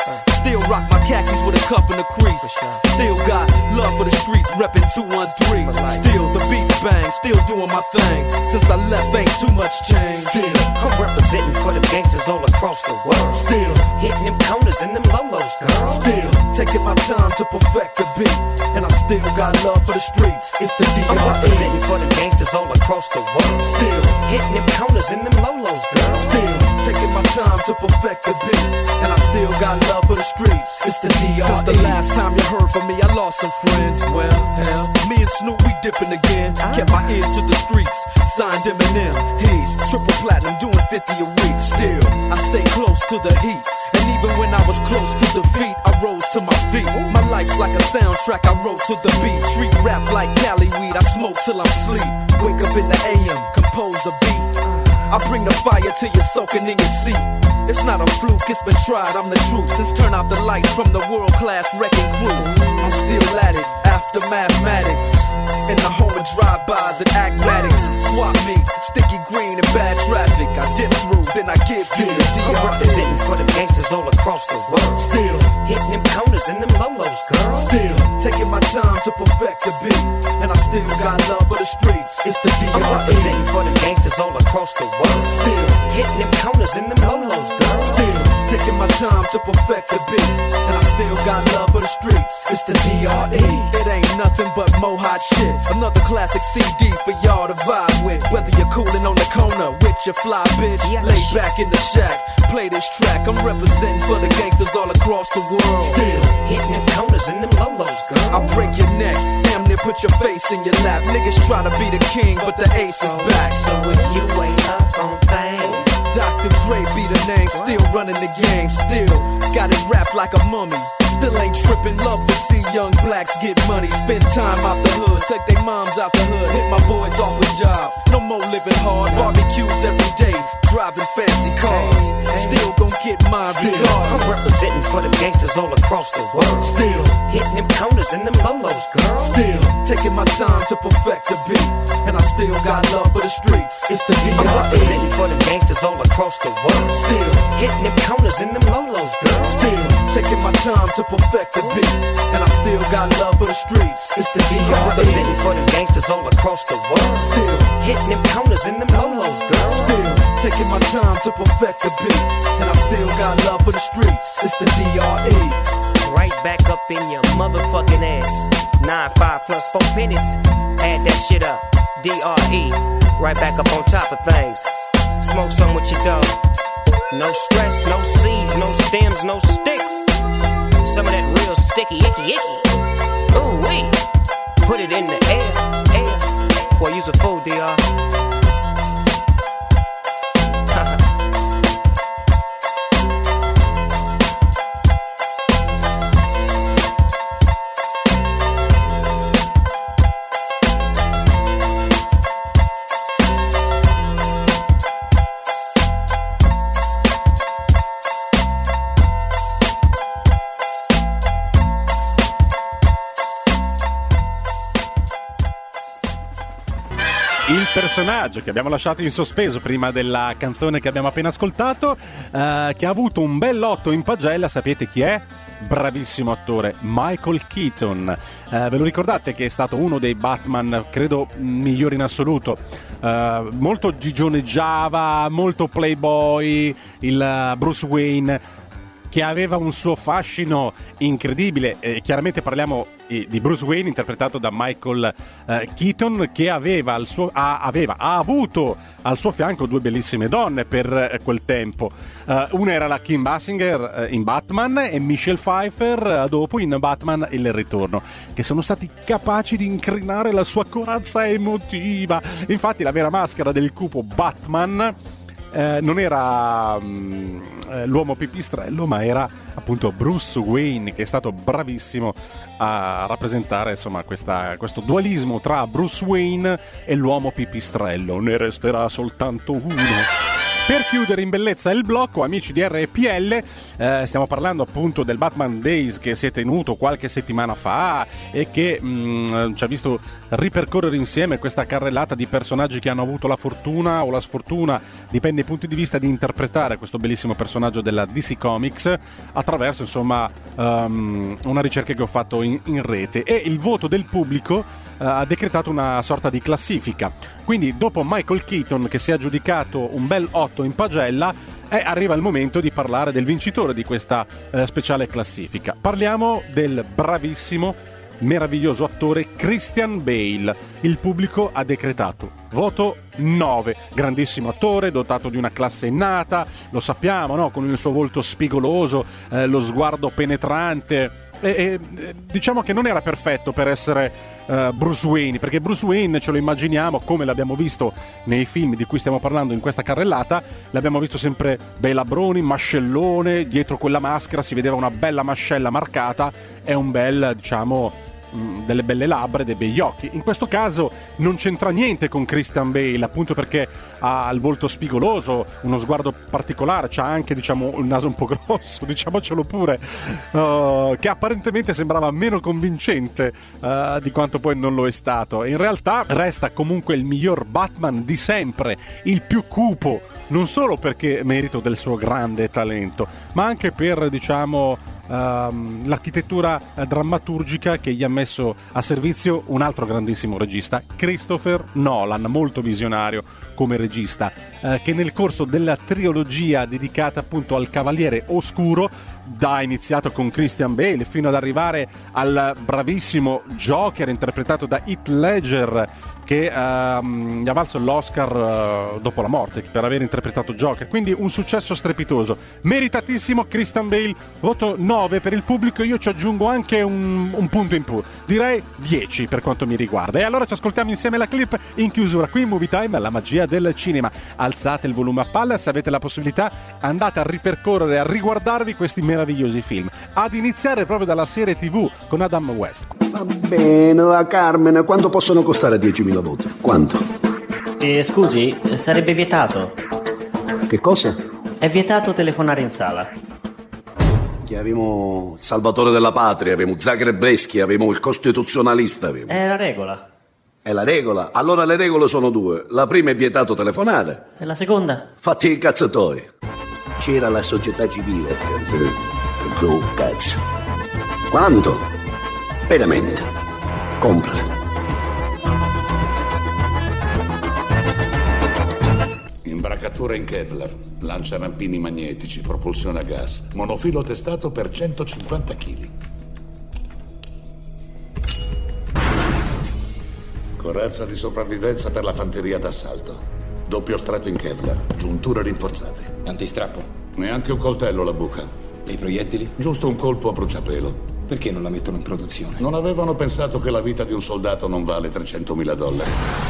S8: Still rock my khakis with a cuff and a crease. Still got love for the streets, reppin' two one three. Still the beats bang, still doing my thing. Since I left, ain't too much change.
S5: Still, I'm representing for the gangsters all across the world. Still, hitting them corners and them lolos, girl.
S8: Still, taking my time to perfect the beat. And I still got love for the streets. It's the D R E.
S5: I'm representing for the gangsters all across the world.
S8: Still,
S5: hitting them corners and them lolos, girl.
S8: Still, taking my time to perfect the beat. And I still got love for the streets. It's the D R E. Since the last time you heard from me, I lost some friends. Well, hell, me and Snoop, we dipping again. Kept my ear to the streets. Signed Eminem. He's triple platinum, doing fifty a week. Still, I stay close to the heat. And even when I was close to defeat, I rose to my feet. My life's like a soundtrack, I wrote to the beat. Street rap like Cali weed, I smoke till I'm sleep. Wake up in the A M, compose a beat. I bring the fire till you're soaking in your seat. It's not a fluke, it's been tried, I'm the truth. Since turn out the lights from the world-class wrecking crew, I'm still at it, after mathematics. In the home of drive-bys and acmatics. Swap meets, sticky green and bad traffic. I dip through, then I give you the D R E.
S5: I'm representing for the gangsters all across the world.
S8: Still,
S5: hitting them corners and them lolos, girl.
S8: Still, taking my time to perfect the beat. And I still got love for the streets. It's the D R E.
S5: I'm representing for the gangsters all across the world.
S8: Still,
S5: hitting them corners and them lolos, girl.
S8: Still, taking my time to perfect the beat. And I still got love for the streets. It's the D R E. It ain't nothing but mo hot shit. Another classic C D for y'all to vibe with. Whether you're coolin' on the corner with your fly bitch, yes. Lay back in the shack, play this track. I'm representing for the gangsters all across the world.
S5: Still hitting them corners and them lolos, girl.
S8: I'll break your neck, damn near put your face in your lap. Niggas try to be the king, but the ace is back.
S5: So if you ain't up on things,
S8: Doctor Dre be the name, still running the game. Still got it wrapped like a mummy. Still ain't trippin', love to see young blacks get money. Spend time out the hood, take their moms out the hood. Hit my boys off with jobs, no more living hard. Barbecues every day, driving fancy cars. Still gon' get mine regardless.
S5: I'm representing for the gangsters all across the world.
S8: Still
S5: hitting them corners and them lolos, girl.
S8: Still taking my time to perfect the beat. And I still got love for the streets. It's the D R E.
S5: I'm representing for the gangsters all across the world.
S8: Still
S5: hitting them corners and them lolos, girl.
S8: Still taking my time to perfect the beat. And I still got love for the streets. It's the D R E.
S5: I'm representing for the gangsters all across the world.
S8: Still
S5: hitting them corners and them lolos, girl.
S8: Still taking my time to perfect the beat. And I still got love for the streets. It's the D R E.
S5: Right back up in your motherfucking ass. Nine five plus four pennies. Add that shit up. D R E. Right back up on top of things. Smoke some with your dog. No stress, no seeds, no stems, no sticks. Some of that real sticky, icky, icky. Ooh wee. Put it in the air, air. Boy, use a fool, D R.
S9: Il personaggio che abbiamo lasciato in sospeso prima della canzone che abbiamo appena ascoltato, eh, che ha avuto un bel lotto in pagella, sapete chi è? Bravissimo attore, Michael Keaton. Eh, ve lo ricordate che è stato uno dei Batman, credo, migliori in assoluto? Eh, molto gigioneggiava, molto playboy, il Bruce Wayne, che aveva un suo fascino incredibile. E chiaramente parliamo di Bruce Wayne interpretato da Michael eh, Keaton, che aveva, al suo, ha, aveva ha avuto al suo fianco due bellissime donne per eh, quel tempo. Uh, una era la Kim Basinger eh, in Batman e Michelle Pfeiffer eh, dopo in Batman Il Ritorno, che sono stati capaci di incrinare la sua corazza emotiva. Infatti la vera maschera del cupo Batman Eh, non era um, eh, l'uomo pipistrello, ma era appunto Bruce Wayne, che è stato bravissimo a rappresentare, insomma, questa, questo dualismo tra Bruce Wayne e l'uomo pipistrello. Ne resterà soltanto uno. Per chiudere in bellezza il blocco, amici di R P L, eh, stiamo parlando appunto del Batman Days che si è tenuto qualche settimana fa e che mh, ci ha visto ripercorrere insieme questa carrellata di personaggi che hanno avuto la fortuna o la sfortuna, dipende dai punti di vista, di interpretare questo bellissimo personaggio della D C Comics attraverso insomma um, una ricerca che ho fatto in, in rete, e il voto del pubblico ha decretato una sorta di classifica. Quindi dopo Michael Keaton, che si è aggiudicato un bel otto in pagella, eh, arriva il momento di parlare del vincitore di questa eh, speciale classifica. Parliamo del bravissimo, meraviglioso attore Christian Bale. Il pubblico ha decretato voto nove. Grandissimo attore, dotato di una classe innata, lo sappiamo, no? Con il suo volto spigoloso, eh, lo sguardo penetrante, e, e diciamo che non era perfetto per essere Uh, Bruce Wayne, perché Bruce Wayne ce lo immaginiamo, come l'abbiamo visto nei film di cui stiamo parlando in questa carrellata, l'abbiamo visto sempre belabroni, mascellone, dietro quella maschera si vedeva una bella mascella marcata e un bel, diciamo, mh, delle belle labbra e dei begli occhi. In questo caso non c'entra niente con Christian Bale, appunto perché ha il volto spigoloso, uno sguardo particolare, c'ha anche, diciamo, il naso un po' grosso, diciamocelo pure, uh, che apparentemente sembrava meno convincente uh, di quanto poi non lo è stato. In realtà resta comunque il miglior Batman di sempre, il più cupo, non solo perché merito del suo grande talento, ma anche per, diciamo, Uh, l'architettura uh, drammaturgica che gli ha messo a servizio un altro grandissimo regista, Christopher Nolan, molto visionario come regista, uh, che nel corso della trilogia dedicata appunto al Cavaliere Oscuro, da iniziato con Christian Bale fino ad arrivare al bravissimo Joker interpretato da Heath Ledger, che uh, gli ha valso l'Oscar uh, dopo la morte per aver interpretato Joker, quindi un successo strepitoso, meritatissimo. Christian Bale, voto nove per il pubblico, io ci aggiungo anche un, un punto in più, direi dieci per quanto mi riguarda. E allora ci ascoltiamo insieme la clip in chiusura qui in Movie Time, la magia del cinema. Alzate il volume a palla, se avete la possibilità andate a ripercorrere, a riguardarvi questi meravigliosi film, ad iniziare proprio dalla serie tivù con Adam West.
S4: Va bene, a Carmen, quanto possono costare diecimila voti? Quanto?
S7: Eh, scusi, sarebbe vietato.
S4: Che cosa?
S7: È vietato telefonare in sala.
S4: Che avevamo il Salvatore della Patria, avevamo Zagrebeschi, avevamo il Costituzionalista. Avevamo.
S7: È la regola.
S4: È la regola? Allora le regole sono due. La prima è vietato telefonare.
S7: E la seconda?
S4: Fatti i cazzatoi. C'era la società civile. Bro, cazzo. Quanto? Veramente. Comprala.
S11: Imbracatura in Kevlar, lanciarampini magnetici, propulsione a gas, monofilo testato per centocinquanta chili. Corazza di sopravvivenza per la fanteria d'assalto. Doppio strato in Kevlar, giunture rinforzate.
S12: Antistrappo?
S11: Neanche un coltello la buca.
S12: E i proiettili?
S11: Giusto un colpo a bruciapelo.
S12: Perché non la mettono in produzione?
S11: Non avevano pensato che la vita di un soldato non vale trecentomila dollari.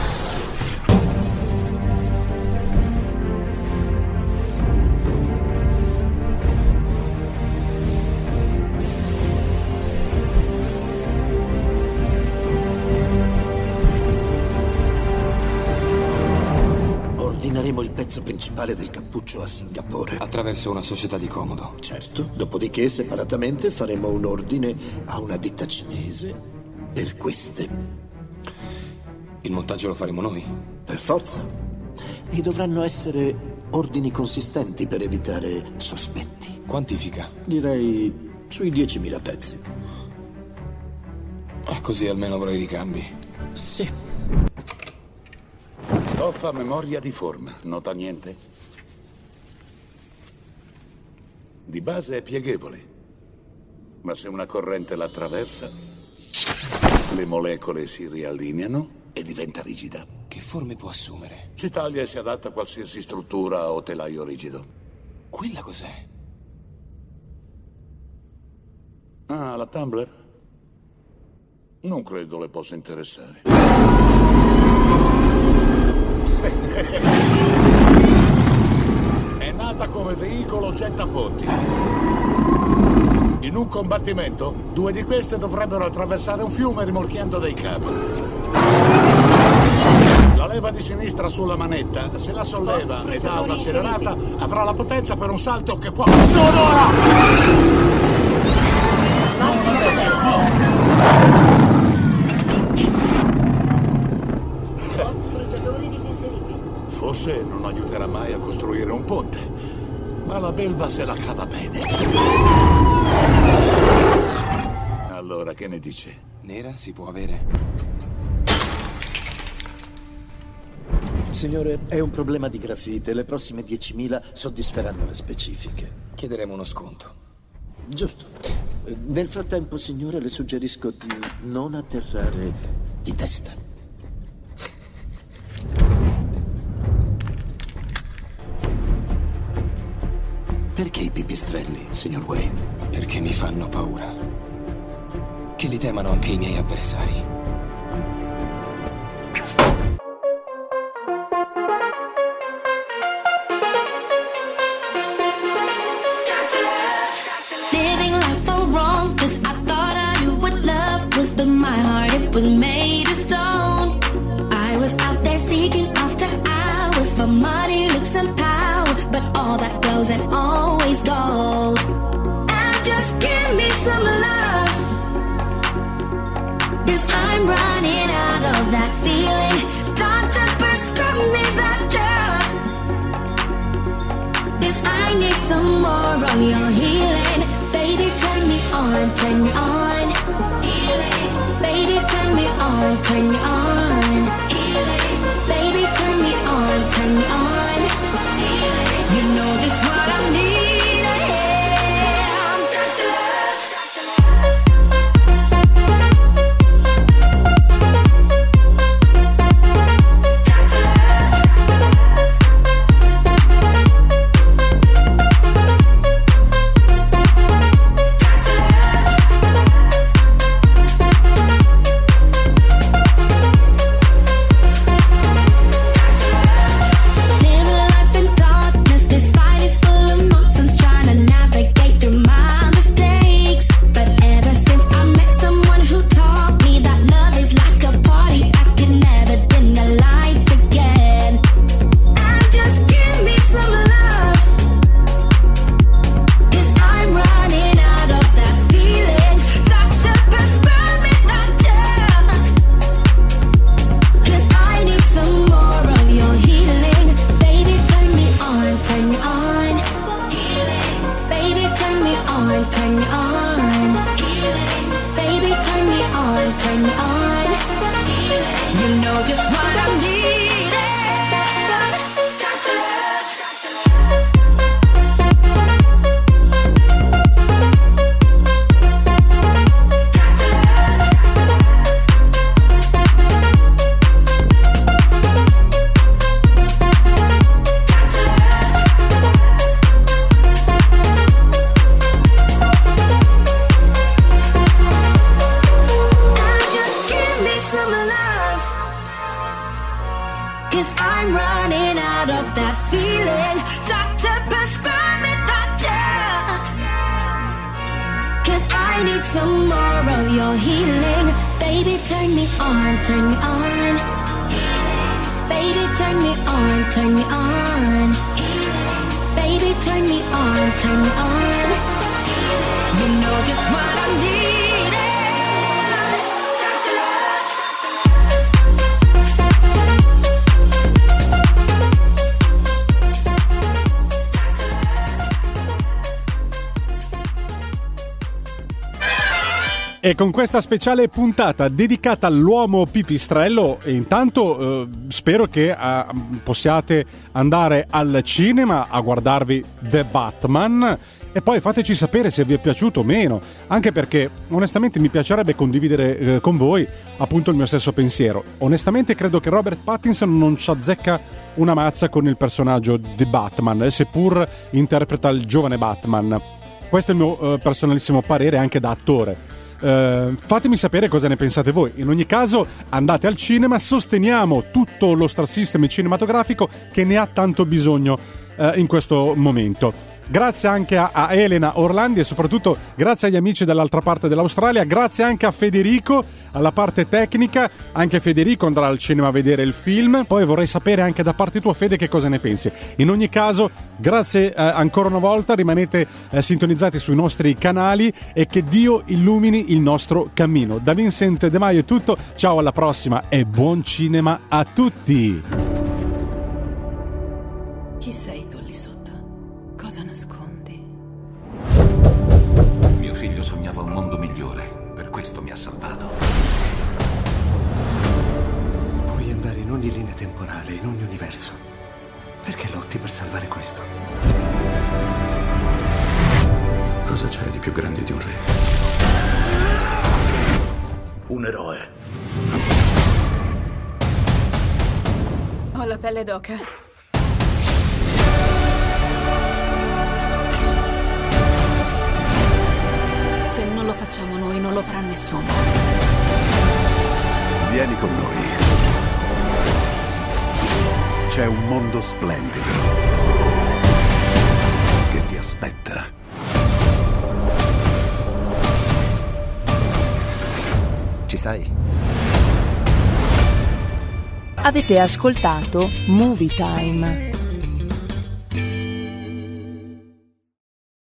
S16: Ordineremo il pezzo principale del cappuccio a Singapore.
S12: Attraverso una società di comodo.
S16: Certo, dopodiché separatamente faremo un ordine a una ditta cinese per queste.
S12: Il montaggio lo faremo noi?
S16: Per forza. E dovranno essere ordini consistenti per evitare sospetti.
S12: Quantifica?
S16: Direi sui diecimila pezzi.
S12: Ah, così almeno avrò i ricambi.
S16: Sì.
S11: Stoffa a memoria di forma, nota niente? Di base è pieghevole, ma se una corrente la attraversa, le molecole si riallineano e diventa rigida.
S12: Che forme può assumere?
S11: Si taglia e si adatta a qualsiasi struttura o telaio rigido.
S12: Quella cos'è?
S11: Ah, la Tumbler? Non credo le possa interessare. È nata come veicolo gettaponti. In un combattimento, due di queste dovrebbero attraversare un fiume rimorchiando dei cavi. La La leva di sinistra sulla manetta, se la solleva e dà un'accelerata, avrà la potenza per un salto che può... Non ora!
S10: Bruciatori disinseriti.
S11: Forse non aiuterà mai a costruire un ponte, ma la belva se la cava bene. Allora, che ne dice?
S12: Nera si può avere?
S16: Signore, è un problema di grafite. Le prossime diecimila soddisferanno le specifiche.
S12: Chiederemo uno sconto.
S16: Giusto. Nel frattempo, signore, le suggerisco di non atterrare di testa. Perché i pipistrelli, signor Wayne?
S12: Perché mi fanno paura. Che li temano anche i miei avversari.
S3: Was made of stone. I was out there seeking after hours for money, looks and power, but all that glows and always gold. And just give me some love, 'cause I'm running out of that feeling. Doctor, prescribe me that drug, 'cause I need some more of your healing. Baby, turn me on, turn me on. Healing. Baby, turn me on, turn me on. Healing. Baby, turn me on, turn me on. Healing. You know just what I need. I'm Doctor
S9: E con questa speciale puntata dedicata all'uomo pipistrello, e intanto eh, spero che eh, possiate andare al cinema a guardarvi The Batman e poi fateci sapere se vi è piaciuto o meno, anche perché onestamente mi piacerebbe condividere eh, con voi appunto il mio stesso pensiero. Onestamente credo che Robert Pattinson non ci azzecca una mazza con il personaggio di Batman, seppur interpreta il giovane Batman. Questo è il mio eh, personalissimo parere anche da attore. Uh, fatemi sapere cosa ne pensate voi. In ogni caso andate al cinema, sosteniamo tutto lo star system cinematografico che ne ha tanto bisogno uh, in questo momento. grazie anche a, a Elena Orlandi e soprattutto grazie agli amici dall'altra parte dell'Australia, grazie anche a Federico alla parte tecnica. Anche Federico andrà al cinema a vedere il film. Poi vorrei sapere anche da parte tua, Fede, che cosa ne pensi. In ogni caso, grazie eh, ancora una volta, rimanete eh, sintonizzati sui nostri canali e che Dio illumini il nostro cammino. Da Vincent De Maio è tutto, ciao, alla prossima e buon cinema a tutti.
S2: Chi sei tu lì sotto? Cosa nascondi?
S11: Mio figlio sognava un mondo migliore, per questo mi ha salvato.
S12: Puoi andare in ogni linea temporale, in ogni universo. Perché lotti per salvare questo?
S11: Cosa c'è di più grande di un re? Un eroe.
S2: Ho la pelle d'oca. Se non lo facciamo noi, non lo farà nessuno.
S11: Vieni con noi. C'è un mondo splendido che ti aspetta.
S12: Ci stai?
S6: Avete ascoltato Movie Time.